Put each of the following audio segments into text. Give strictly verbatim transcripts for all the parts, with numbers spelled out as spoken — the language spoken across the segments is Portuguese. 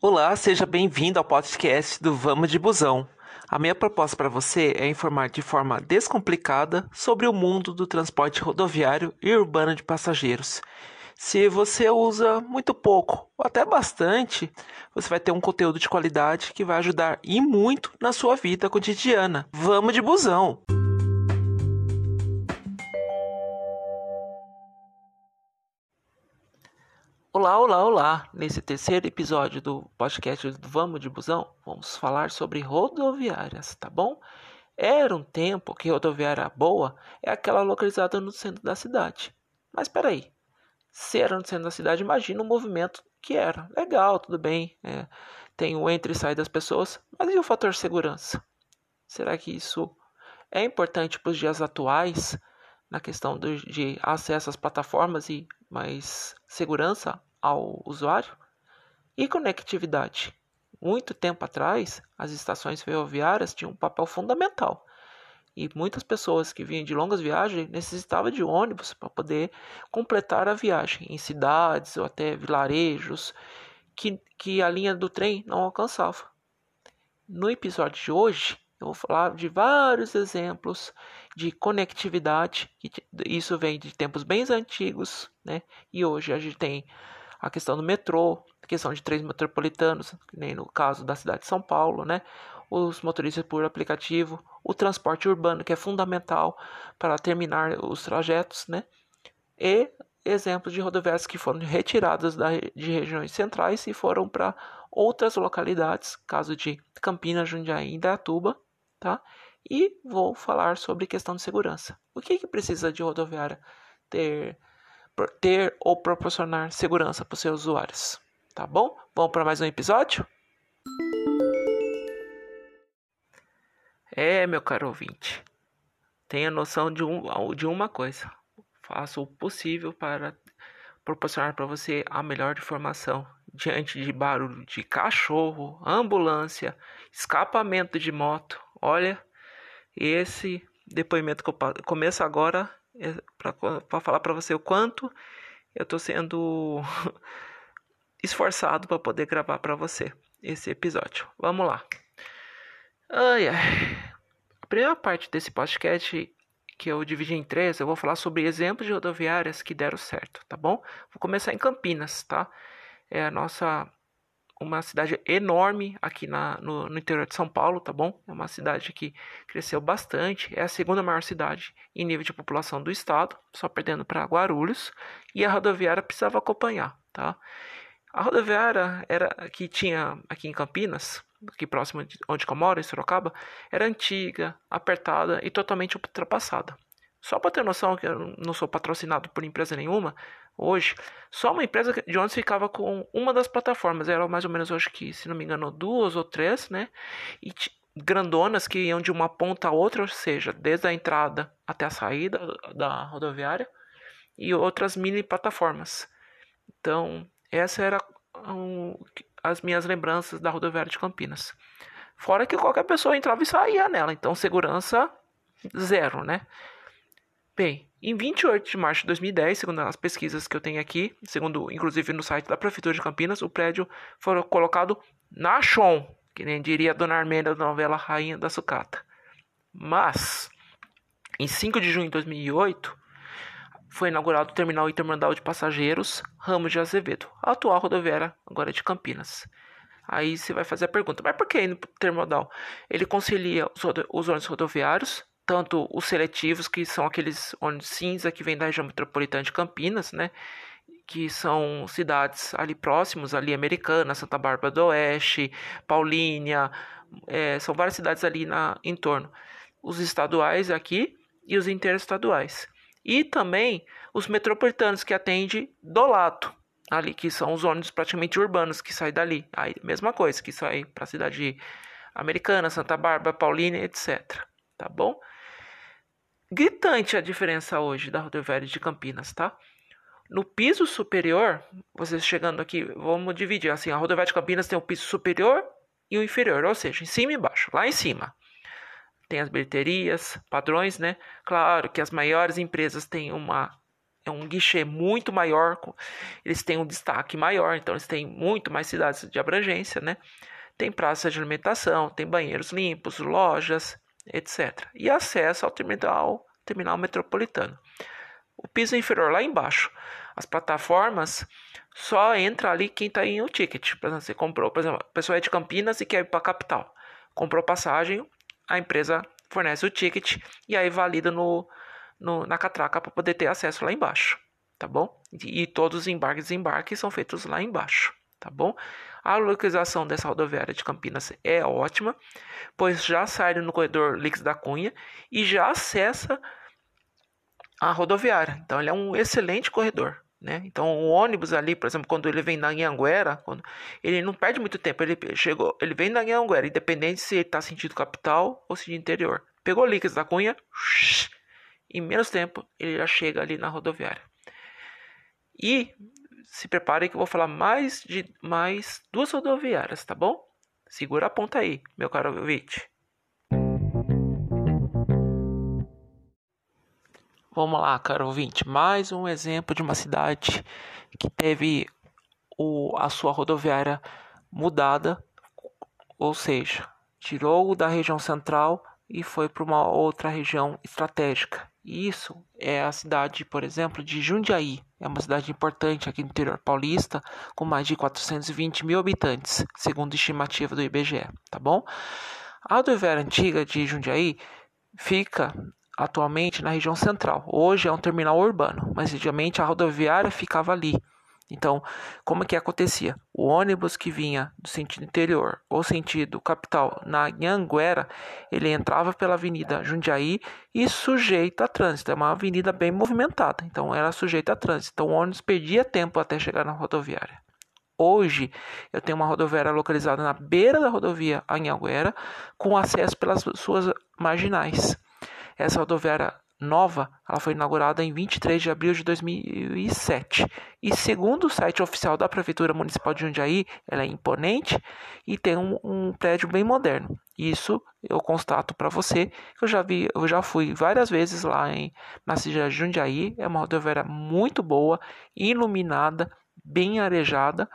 Olá, seja bem-vindo ao podcast do Vamos de Busão. A minha proposta para você é informar de forma descomplicada sobre o mundo do transporte rodoviário e urbano de passageiros. Se você usa muito pouco ou até bastante, você vai ter um conteúdo de qualidade que vai ajudar e muito na sua vida cotidiana. Vamos de busão! Olá, olá, olá! Nesse terceiro episódio do podcast do Vamos de Busão, vamos falar sobre rodoviárias, tá bom? Era um tempo que rodoviária boa é aquela localizada no centro da cidade. Mas peraí, se era no centro da cidade, imagina o movimento que era. Legal, tudo bem, é, tem o entra e sai das pessoas, mas e o fator segurança? Será que isso é importante para os dias atuais, na questão do, de acesso às plataformas e mais segurança ao usuário? E conectividade. Muito tempo atrás, as estações ferroviárias tinham um papel fundamental. E muitas pessoas que vinham de longas viagens necessitavam de ônibus para poder completar a viagem em cidades ou até vilarejos que, que a linha do trem não alcançava. No episódio de hoje, eu vou falar de vários exemplos de conectividade, que isso vem de tempos bem antigos, né? E hoje a gente tem a questão do metrô, a questão de trens metropolitanos, nem no caso da cidade de São Paulo, né? Os motoristas por aplicativo, o transporte urbano, que é fundamental para terminar os trajetos, né? E exemplos de rodoviárias que foram retiradas da, de regiões centrais e foram para outras localidades, caso de Campinas, Jundiaí e Indaiatuba, tá? E vou falar sobre questão de segurança. O que, que precisa de rodoviária ter, ter ou proporcionar segurança para os seus usuários? Tá bom? Vamos para mais um episódio? É, meu caro ouvinte, tenha noção de, um, de uma coisa. Faça o possível para proporcionar para você a melhor informação diante de barulho de cachorro, ambulância, escapamento de moto. Olha, esse depoimento que eu começo agora é para falar para você o quanto eu estou sendo esforçado para poder gravar para você esse episódio. Vamos lá. Ai, ai. A primeira parte desse podcast, que eu dividi em três, eu vou falar sobre exemplos de rodoviárias que deram certo, tá bom? Vou começar em Campinas, tá? É a nossa, uma cidade enorme aqui na, no, no interior de São Paulo, tá bom? É uma cidade que cresceu bastante, é a segunda maior cidade em nível de população do estado, só perdendo para Guarulhos, e a rodoviária precisava acompanhar, tá? A rodoviária era, que tinha aqui em Campinas, aqui próximo de onde eu moro, em Sorocaba, era antiga, apertada e totalmente ultrapassada. Só para ter noção que eu não sou patrocinado por empresa nenhuma, hoje, só uma empresa de ônibus ficava com uma das plataformas, era mais ou menos hoje que, se não me engano, duas ou três, né? E grandonas que iam de uma ponta a outra, ou seja, desde a entrada até a saída da rodoviária, e outras mini plataformas. Então, essa era um, as minhas lembranças da rodoviária de Campinas. Fora que qualquer pessoa entrava e saía nela, então segurança zero, né? Bem, em vinte e oito de março de dois mil e dez, segundo as pesquisas que eu tenho aqui, segundo inclusive no site da Prefeitura de Campinas, o prédio foi colocado na chão, que nem diria a Dona Armênia da novela Rainha da Sucata. Mas, em cinco de junho de dois mil e oito, foi inaugurado o terminal intermodal de passageiros Ramos de Azevedo, a atual rodoviária agora de Campinas. Aí você vai fazer a pergunta, mas por que intermodal? Ele concilia os, os ônibus rodoviários, tanto os seletivos, que são aqueles ônibus cinza que vêm da região metropolitana de Campinas, né? Que são cidades ali próximos, ali Americana, Santa Bárbara do Oeste, Paulínia, é, são várias cidades ali na, em torno. Os estaduais aqui e os interestaduais. E também os metropolitanos que atendem do lado, ali, que são os ônibus praticamente urbanos que saem dali. Aí, mesma coisa, que saem para a cidade Americana, Santa Bárbara, Paulínia, etcétera. Tá bom? Gritante a diferença hoje da rodoviária de Campinas, tá? No piso superior, vocês chegando aqui, vamos dividir, assim, a rodoviária de Campinas tem o piso superior e o inferior, ou seja, em cima e embaixo. Lá em cima tem as bilheterias, padrões, né? Claro que as maiores empresas têm uma é um guichê muito maior, eles têm um destaque maior, então eles têm muito mais cidades de abrangência, né? Tem praça de alimentação, tem banheiros limpos, lojas, etcétera. E acesso ao terminal, terminal metropolitano. O piso inferior lá embaixo, as plataformas, só entra ali quem está em um ticket. Por exemplo, você comprou, por exemplo, a pessoa é de Campinas e quer ir para a capital. Comprou passagem, a empresa fornece o ticket e aí valida no, no, na catraca para poder ter acesso lá embaixo, tá bom? E, e todos os embarques e desembarques são feitos lá embaixo, tá bom? A localização dessa rodoviária de Campinas é ótima, pois já sai no corredor Lix da Cunha e já acessa a rodoviária. Então ele é um excelente corredor, né? Então o ônibus ali, por exemplo, quando ele vem da Anhanguera, quando ele não perde muito tempo, ele chegou, ele vem da Anhanguera, independente se ele está sentido capital ou sentido interior. Pegou Lix da Cunha, em menos tempo ele já chega ali na rodoviária. E se prepare que eu vou falar mais de mais duas rodoviárias, tá bom? Segura a ponta aí, meu caro ouvinte. Vamos lá, caro ouvinte. Mais um exemplo de uma cidade que teve o, a sua rodoviária mudada, ou seja, tirou da região central e foi para uma outra região estratégica. Isso é a cidade, por exemplo, de Jundiaí. É uma cidade importante aqui no interior paulista, com mais de quatrocentos e vinte mil habitantes, segundo a estimativa do I B G E, tá bom? A rodoviária antiga de Jundiaí fica atualmente na região central. Hoje é um terminal urbano, mas antigamente a rodoviária ficava ali. Então, como é que acontecia? O ônibus que vinha do sentido interior ou sentido capital na Anhanguera, ele entrava pela avenida Jundiaí e sujeito a trânsito. É uma avenida bem movimentada, então era sujeito a trânsito. Então o ônibus perdia tempo até chegar na rodoviária. Hoje eu tenho uma rodoviária localizada na beira da rodovia Anhanguera, com acesso pelas suas marginais. Essa rodoviária nova, ela foi inaugurada em vinte e três de abril de dois mil e sete. E segundo o site oficial da Prefeitura Municipal de Jundiaí, ela é imponente e tem um, um prédio bem moderno. Isso eu constato para você, que eu já vi, eu já fui várias vezes lá em, na cidade de Jundiaí. É uma rodoviária muito boa, iluminada, bem arejada.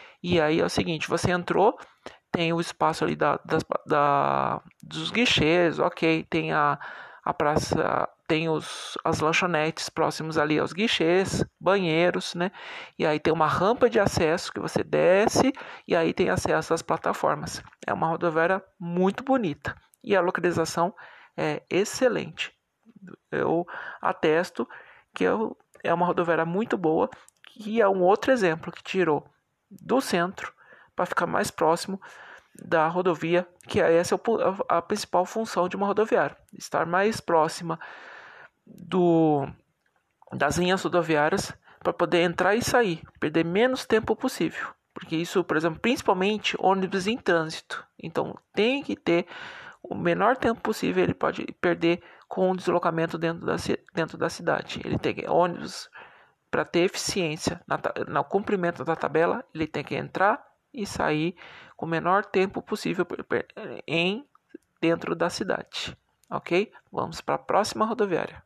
E aí é o seguinte, você entrou, tem o espaço ali da, das, da, dos guichês, ok, tem a A praça tem os, as lanchonetes próximos ali aos guichês, banheiros, né? E aí tem uma rampa de acesso que você desce e aí tem acesso às plataformas. É uma rodoviária muito bonita e a localização é excelente. Eu atesto que eu, é uma rodoviária muito boa, que é um outro exemplo que tirou do centro para ficar mais próximo da rodovia, que essa é a principal função de uma rodoviária, estar mais próxima do, das linhas rodoviárias para poder entrar e sair, perder menos tempo possível, porque isso, por exemplo, principalmente ônibus em trânsito, então tem que ter o menor tempo possível, ele pode perder com o deslocamento dentro da, dentro da cidade. Ele tem que, ônibus, para ter eficiência na, no cumprimento da tabela, ele tem que entrar e sair com o menor tempo possível em dentro da cidade, ok? Vamos para a próxima rodoviária.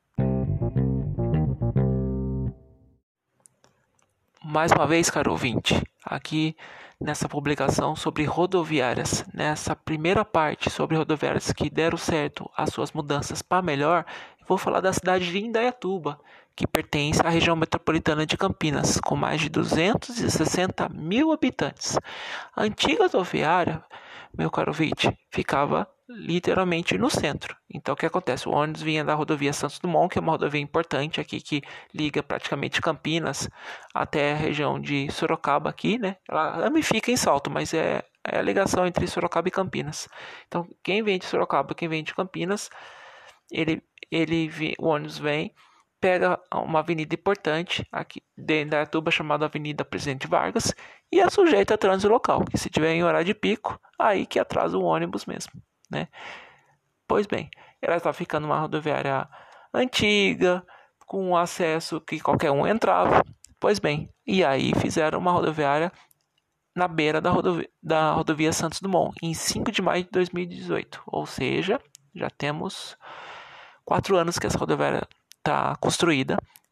Mais uma vez, caro ouvinte, aqui nessa publicação sobre rodoviárias, nessa primeira parte sobre rodoviárias que deram certo as suas mudanças para melhor, eu vou falar da cidade de Indaiatuba, que pertence à região metropolitana de Campinas, com mais de duzentos e sessenta mil habitantes. A antiga rodoviária, meu caro ouvinte, ficava literalmente no centro. Então o que acontece? O ônibus vinha da rodovia Santos Dumont, que é uma rodovia importante aqui que liga praticamente Campinas até a região de Sorocaba aqui, né? Ela ramifica em Salto, mas é, é a ligação entre Sorocaba e Campinas. Então quem vem de Sorocaba, quem vem de Campinas, ele, ele, o ônibus vem, pega uma avenida importante aqui de Indaiatuba chamada Avenida Presidente Vargas e é sujeita a trânsito local, que se tiver em horário de pico, aí que atrasa o ônibus mesmo, né? Pois bem, ela está ficando uma rodoviária antiga, com acesso que qualquer um entrava. Pois bem, e aí fizeram uma rodoviária na beira da rodovia, da rodovia Santos Dumont, em cinco de maio de dois mil e dezoito, ou seja, já temos quatro anos que essa rodoviária está construída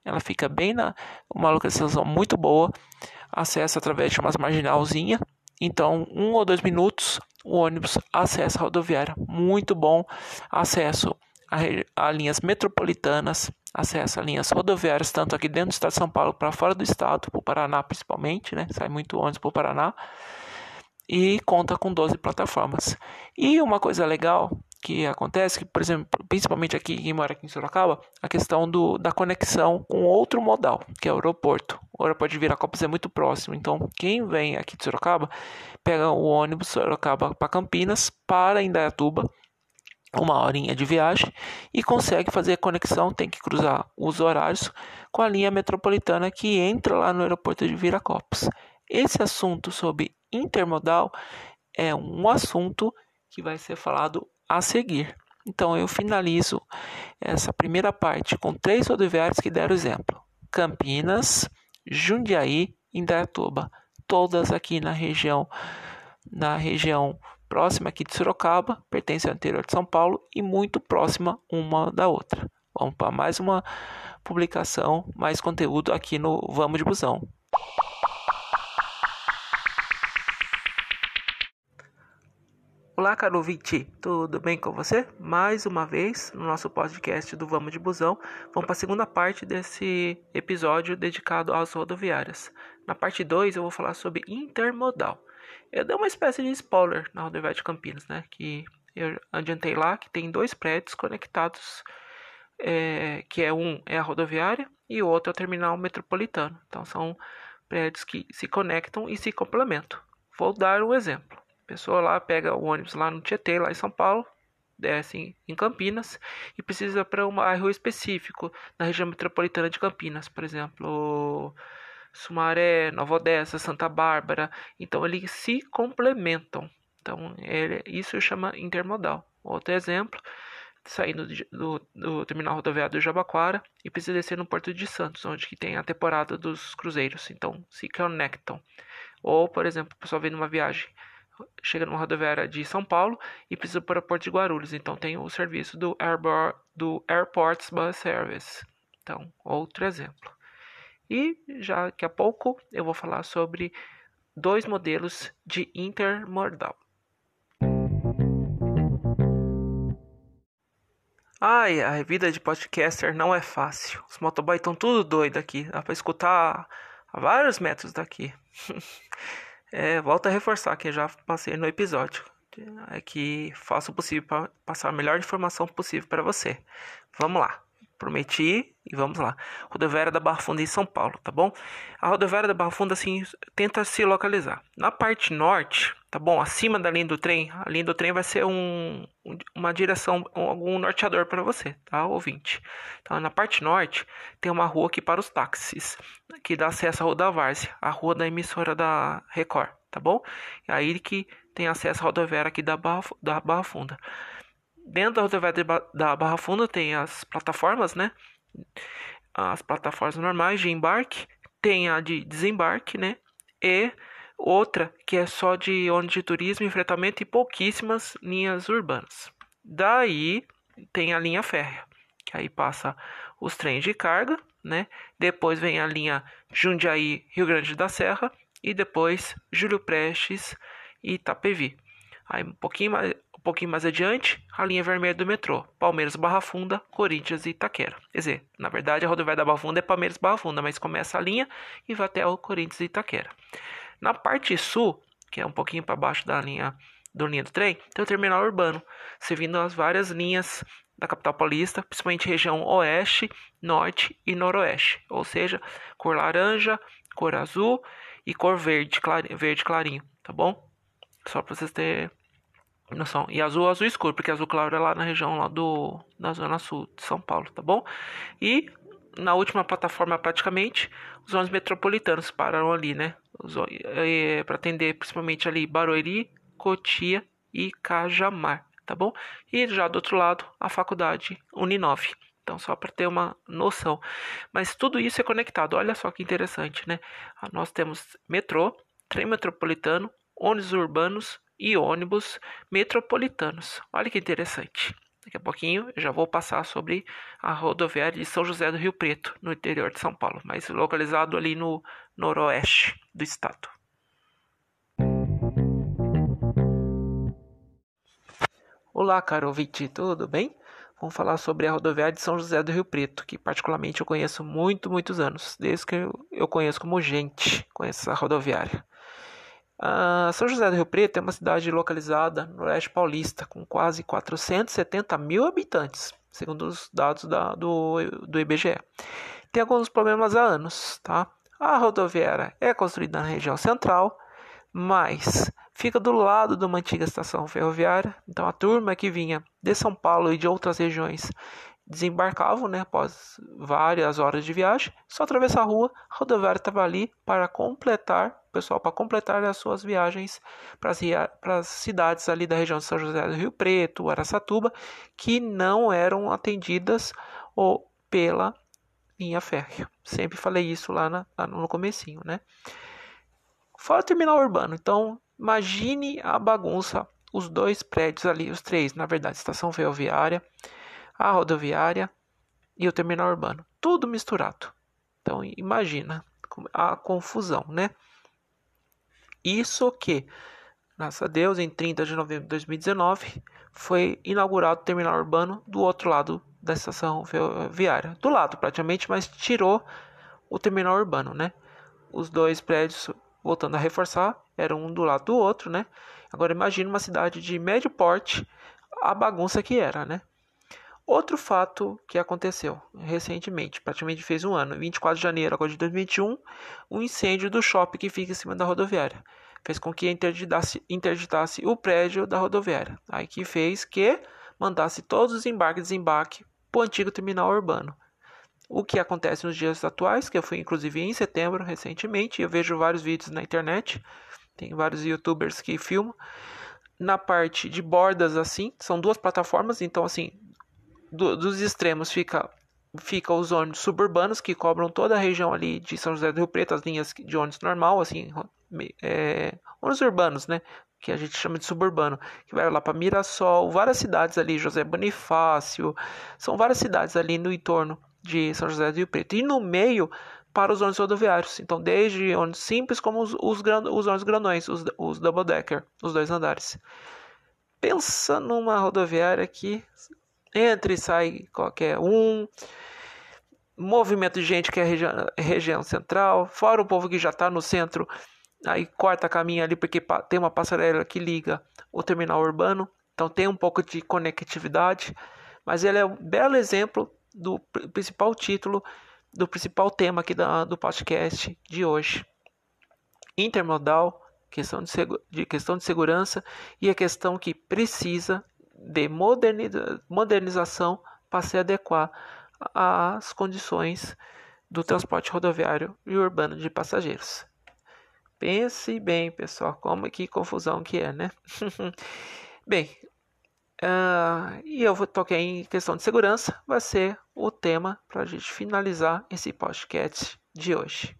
ela fica bem na uma localização muito boa, acesso através de uma marginalzinha, então um ou dois minutos o ônibus acessa a rodoviária, muito bom acesso a, a linhas metropolitanas, acesso a linhas rodoviárias, tanto aqui dentro do estado de São Paulo para fora do estado, para o Paraná principalmente, né? Sai muito ônibus para o Paraná, e conta com doze plataformas. E uma coisa legal que acontece, que, por exemplo, principalmente aqui, quem mora aqui em Sorocaba, a questão do, da conexão com outro modal, que é o aeroporto. O aeroporto de Viracopos é muito próximo, então quem vem aqui de Sorocaba, pega o ônibus Sorocaba para Campinas, para Indaiatuba, uma horinha de viagem, e consegue fazer a conexão, tem que cruzar os horários com a linha metropolitana que entra lá no aeroporto de Viracopos. Esse assunto sobre intermodal é um assunto que vai ser falado a seguir. Então eu finalizo essa primeira parte com três rodoviárias que deram exemplo: Campinas, Jundiaí e Indaiatuba, todas aqui na região, na região próxima aqui de Sorocaba, pertence ao interior de São Paulo e muito próxima uma da outra. Vamos para mais uma publicação, mais conteúdo aqui no Vamos de Busão. Olá, caro ouvinte, tudo bem com você? Mais uma vez no nosso podcast do Vamos de Busão, vamos para a segunda parte desse episódio dedicado às rodoviárias. Na parte dois eu vou falar sobre intermodal. Eu dei uma espécie de spoiler na rodoviária de Campinas, né? Que eu adiantei lá que tem dois prédios conectados, é, que é um é a rodoviária e o outro é o terminal metropolitano. Então são prédios que se conectam e se complementam. Vou dar um exemplo. A pessoa lá pega o ônibus lá no Tietê, lá em São Paulo, desce em Campinas e precisa para um bairro específico na região metropolitana de Campinas, por exemplo, Sumaré, Nova Odessa, Santa Bárbara. Então eles se complementam. Então ele, isso chama intermodal. Outro exemplo, saindo do, do, do terminal rodoviário do Jabaquara e precisa descer no Porto de Santos, onde que tem a temporada dos cruzeiros. Então se conectam. Ou, por exemplo, a pessoa vem numa viagem, chega numa rodoviária de São Paulo e precisa para o Porto de Guarulhos. Então tem o serviço do, Airbor, do Airports Bus Service. Então, outro exemplo. E já daqui a pouco eu vou falar sobre dois modelos de intermodal. Ai, a vida de podcaster não é fácil. Os motoboys estão tudo doido aqui. Dá para escutar a vários metros daqui. É, volto a reforçar que eu já passei no episódio. É que faço o possível para passar a melhor informação possível para você. Vamos lá. Prometi e vamos lá. Rodoviária da Barra Funda em São Paulo, tá bom? A rodoviária da Barra Funda, assim, tenta se localizar. Na parte norte, tá bom? Acima da linha do trem, a linha do trem vai ser um, uma direção, algum norteador para você, tá, ouvinte? Então, na parte norte, tem uma rua aqui para os táxis, que dá acesso à Rua da Várzea, a rua da emissora da Record, tá bom? É aí que tem acesso à rodoviária aqui da Barra, da Barra Funda. Dentro da rodoviária da Barra Funda tem as plataformas, né? As plataformas normais de embarque, tem a de desembarque, né? E outra que é só de ônibus de turismo e fretamento e pouquíssimas linhas urbanas. Daí tem a linha férrea, que aí passa os trens de carga, né? Depois vem a linha Jundiaí, Rio Grande da Serra e depois Júlio Prestes e Itapevi. Aí um pouquinho mais Um pouquinho mais adiante, a linha vermelha do metrô, Palmeiras, Barra Funda, Corinthians e Itaquera. Quer dizer, na verdade a rodoviária da Barra Funda é Palmeiras, Barra Funda, mas começa a linha e vai até o Corinthians e Itaquera. Na parte sul, que é um pouquinho para baixo da linha do linha do trem, tem o terminal urbano, servindo as várias linhas da capital paulista, principalmente região oeste, norte e noroeste, ou seja, cor laranja, cor azul e cor verde, clarinho, verde clarinho, tá bom? Só para vocês terem noção. E azul, azul escuro, porque azul claro é lá na região lá do, da zona sul de São Paulo, tá bom? E na última plataforma praticamente, os ônibus metropolitanos pararam ali, né? É, para atender principalmente ali Barueri, Cotia e Cajamar, tá bom? E já do outro lado, a faculdade Uninove. Então, só para ter uma noção. Mas tudo isso é conectado. Olha só que interessante, né? Nós temos metrô, trem metropolitano, ônibus urbanos e ônibus metropolitanos. Olha que interessante. Daqui a pouquinho eu já vou passar sobre a rodoviária de São José do Rio Preto, no interior de São Paulo, mas localizado ali no noroeste do estado. Olá, caro ouvinte, tudo bem? Vamos falar sobre a rodoviária de São José do Rio Preto, que particularmente eu conheço muito, muitos anos, desde que eu, eu conheço como gente, conheço essa rodoviária. Ah, São José do Rio Preto é uma cidade localizada no oeste paulista, com quase quatrocentos e setenta mil habitantes, segundo os dados da, do, do I B G E. Tem alguns problemas há anos, tá? A rodoviária é construída na região central, mas fica do lado de uma antiga estação ferroviária. Então a turma que vinha de São Paulo e de outras regiões desembarcavam, né, após várias horas de viagem, só atravessar a rua, a rodoviária estava ali para completar, pessoal, para completar as suas viagens para as, para as cidades ali da região de São José do Rio Preto, Araçatuba, que não eram atendidas ou pela linha férrea. Sempre falei isso lá, na, lá no comecinho, né? Fora o terminal urbano, então imagine a bagunça, os dois prédios ali, os três, na verdade, estação ferroviária, a rodoviária e o terminal urbano, tudo misturado. Então imagina a confusão, né? Isso que, graças a Deus, em trinta de novembro de dois mil e dezenove, foi inaugurado o terminal urbano do outro lado da estação ferroviária, do lado praticamente, mas tirou o terminal urbano, né? Os dois prédios, voltando a reforçar, eram um do lado do outro, né? Agora imagine uma cidade de médio porte, a bagunça que era, né? Outro fato que aconteceu recentemente, praticamente fez um ano, vinte e quatro de janeiro agora de dois mil e vinte e um, um incêndio do shopping que fica em cima da rodoviária. Fez com que interditasse, interditasse o prédio da rodoviária. Aí que fez que mandasse todos os embarques e desembarque para o antigo terminal urbano. O que acontece nos dias atuais, que eu fui inclusive em setembro recentemente, eu vejo vários vídeos na internet, tem vários youtubers que filmam. Na parte de bordas assim, são duas plataformas, então assim, do, dos extremos fica, fica os ônibus suburbanos que cobram toda a região ali de São José do Rio Preto, as linhas de ônibus normal, assim, é, ônibus urbanos, né? Que a gente chama de suburbano, que vai lá para Mirassol, várias cidades ali, José Bonifácio, são várias cidades ali no entorno de São José do Rio Preto. E no meio, para os ônibus rodoviários. Então, desde ônibus simples como os, os, os ônibus grandões, os, os double decker, os dois andares. Pensa numa rodoviária que entra e sai qualquer um, movimento de gente que é região, região central, fora o povo que já está no centro, aí corta caminho ali porque tem uma passarela que liga o terminal urbano, então tem um pouco de conectividade, mas ele é um belo exemplo do principal título, do principal tema aqui da, do podcast de hoje. Intermodal, questão de, de questão de segurança e a questão que precisa de moderniza, modernização para se adequar às condições do transporte rodoviário e urbano de passageiros. Pense bem, pessoal, como que confusão que é, né? Bem, uh, e eu vou tocar em questão de segurança, vai ser o tema para a gente finalizar esse podcast de hoje.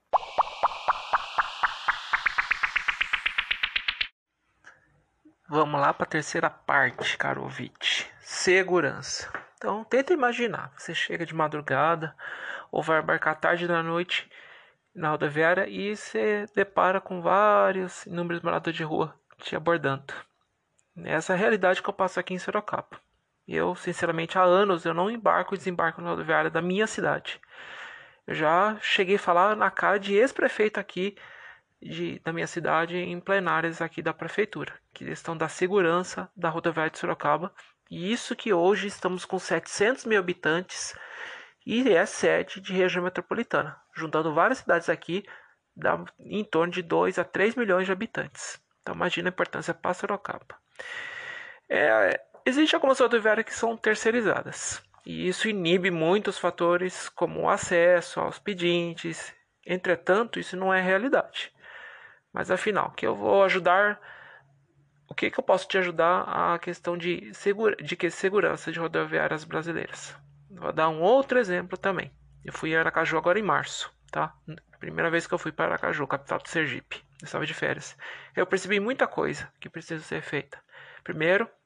Vamos lá para a terceira parte, caro ouvinte. Segurança. Então, tenta imaginar. Você chega de madrugada ou vai embarcar tarde da noite na rodoviária e você depara com vários inúmeros moradores de rua te abordando. Essa é a realidade que eu passo aqui em Sorocaba. Eu, sinceramente, há anos eu não embarco e desembarco na rodoviária da minha cidade. Eu já cheguei a falar na cara de ex-prefeito aqui de, da minha cidade em plenárias aqui da prefeitura, que estão da segurança da rodoviária de Sorocaba. E isso que hoje estamos com setecentos mil habitantes e é sede de região metropolitana. Juntando várias cidades aqui, dá em torno de dois a três milhões de habitantes. Então imagina a importância para Sorocaba. É, Existem algumas rodoviárias que são terceirizadas. E isso inibe muitos fatores, como o acesso aos pedintes. Entretanto, isso não é realidade. Mas afinal, que eu vou ajudar... O que, que eu posso te ajudar a questão de, segura, de que segurança de rodoviárias brasileiras? Vou dar um outro exemplo também. Eu fui a Aracaju agora em março, tá? Primeira vez que eu fui para Aracaju, capital do Sergipe. Eu estava de férias. Eu percebi muita coisa que precisa ser feita. Primeiro,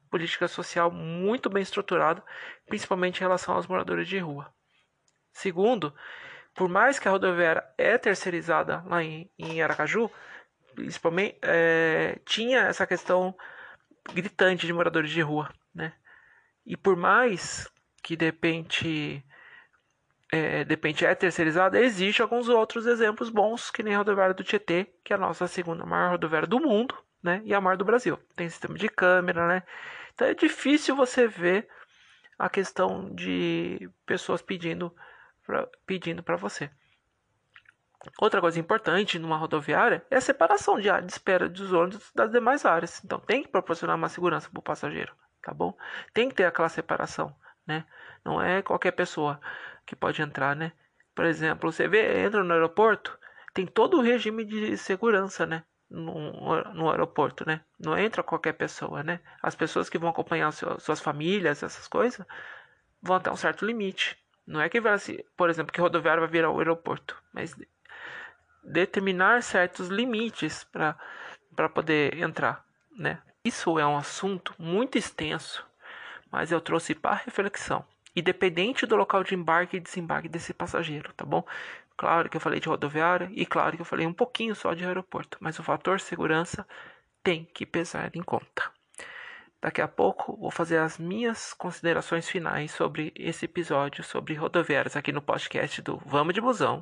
política social muito bem estruturada, principalmente em relação aos moradores de rua. Segundo, por mais que a rodoviária é terceirizada lá em, em Aracaju, principalmente é, tinha essa questão gritante de moradores de rua, né? E por mais que de repente é, de repente é terceirizada, existem alguns outros exemplos bons, que nem a rodoviária do Tietê, que é a nossa segunda maior rodoviária do mundo, né? E a maior do Brasil. Tem sistema de câmera, né? Então é difícil você ver a questão de pessoas pedindo pra, pedindo para você. Outra coisa importante numa rodoviária é a separação de área de espera dos ônibus das demais áreas. Então tem que proporcionar uma segurança para o passageiro, tá bom? Tem que ter aquela separação, né? Não é qualquer pessoa que pode entrar, né? Por exemplo, você vê, entra no aeroporto, tem todo o regime de segurança, né? No, no aeroporto, né? Não entra qualquer pessoa, né? As pessoas que vão acompanhar seu, suas famílias, essas coisas, vão até um certo limite. Não é que vai, por exemplo, que rodoviária vai virar o aeroporto, mas determinar certos limites para poder entrar, né? Isso é um assunto muito extenso, mas eu trouxe para reflexão, independente do local de embarque e desembarque desse passageiro, tá bom? Claro que eu falei de rodoviária e claro que eu falei um pouquinho só de aeroporto, mas o fator segurança tem que pesar em conta. Daqui a pouco vou fazer as minhas considerações finais sobre esse episódio sobre rodoviárias aqui no podcast do Vamos de Busão.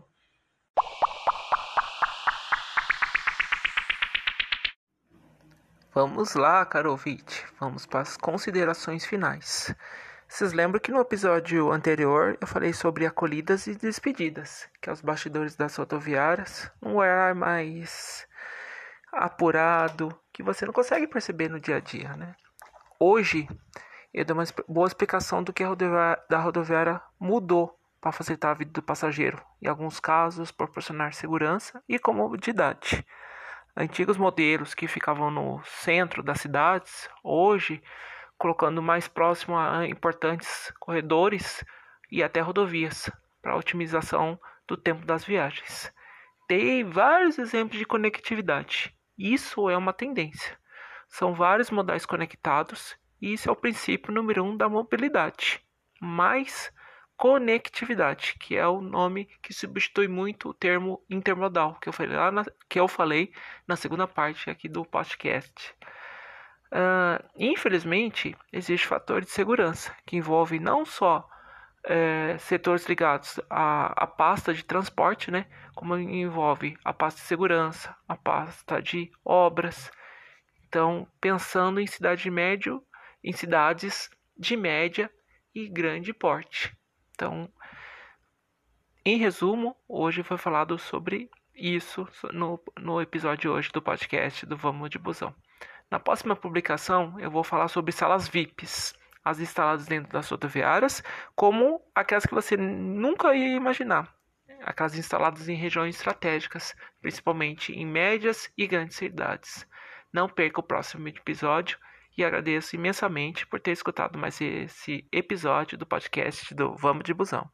Vamos lá, caro ouvinte, vamos para as considerações finais. Vocês lembram que no episódio anterior eu falei sobre acolhidas e despedidas, que é os bastidores das rodoviárias, um olhar mais apurado, que você não consegue perceber no dia a dia, né? Hoje eu dou uma boa explicação do que a rodoviária, da rodoviária mudou para facilitar a vida do passageiro, em alguns casos proporcionar segurança e comodidade. Antigos modelos que ficavam no centro das cidades, hoje colocando mais próximo a importantes corredores e até rodovias, para otimização do tempo das viagens. Tem vários exemplos de conectividade. Isso é uma tendência. São vários modais conectados e isso é o princípio número um da mobilidade. Mais conectividade, que é o nome que substitui muito o termo intermodal, que eu falei, lá na, que eu falei na segunda parte aqui do podcast. Uh, infelizmente, existe fator de segurança, que envolve não só é, setores ligados à, à pasta de transporte, né, como envolve a pasta de segurança, a pasta de obras. Então, pensando em cidade de médio, em cidades de média e grande porte. Então, em resumo, hoje foi falado sobre isso no, no episódio de hoje do podcast do Vamos de Busão. Na próxima publicação, eu vou falar sobre salas V I Ps, as instaladas dentro das rodoviárias, como aquelas que você nunca ia imaginar. Aquelas instaladas em regiões estratégicas, principalmente em médias e grandes cidades. Não perca o próximo episódio e agradeço imensamente por ter escutado mais esse episódio do podcast do Vamos de Busão.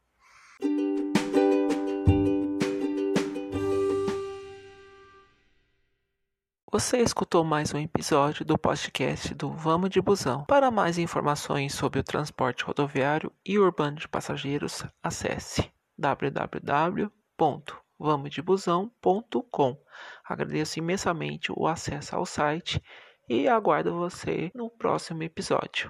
Você escutou mais um episódio do podcast do Vamos de Busão. Para mais informações sobre o transporte rodoviário e urbano de passageiros, acesse w w w ponto vamos de busão ponto com. Agradeço imensamente o acesso ao site e aguardo você no próximo episódio.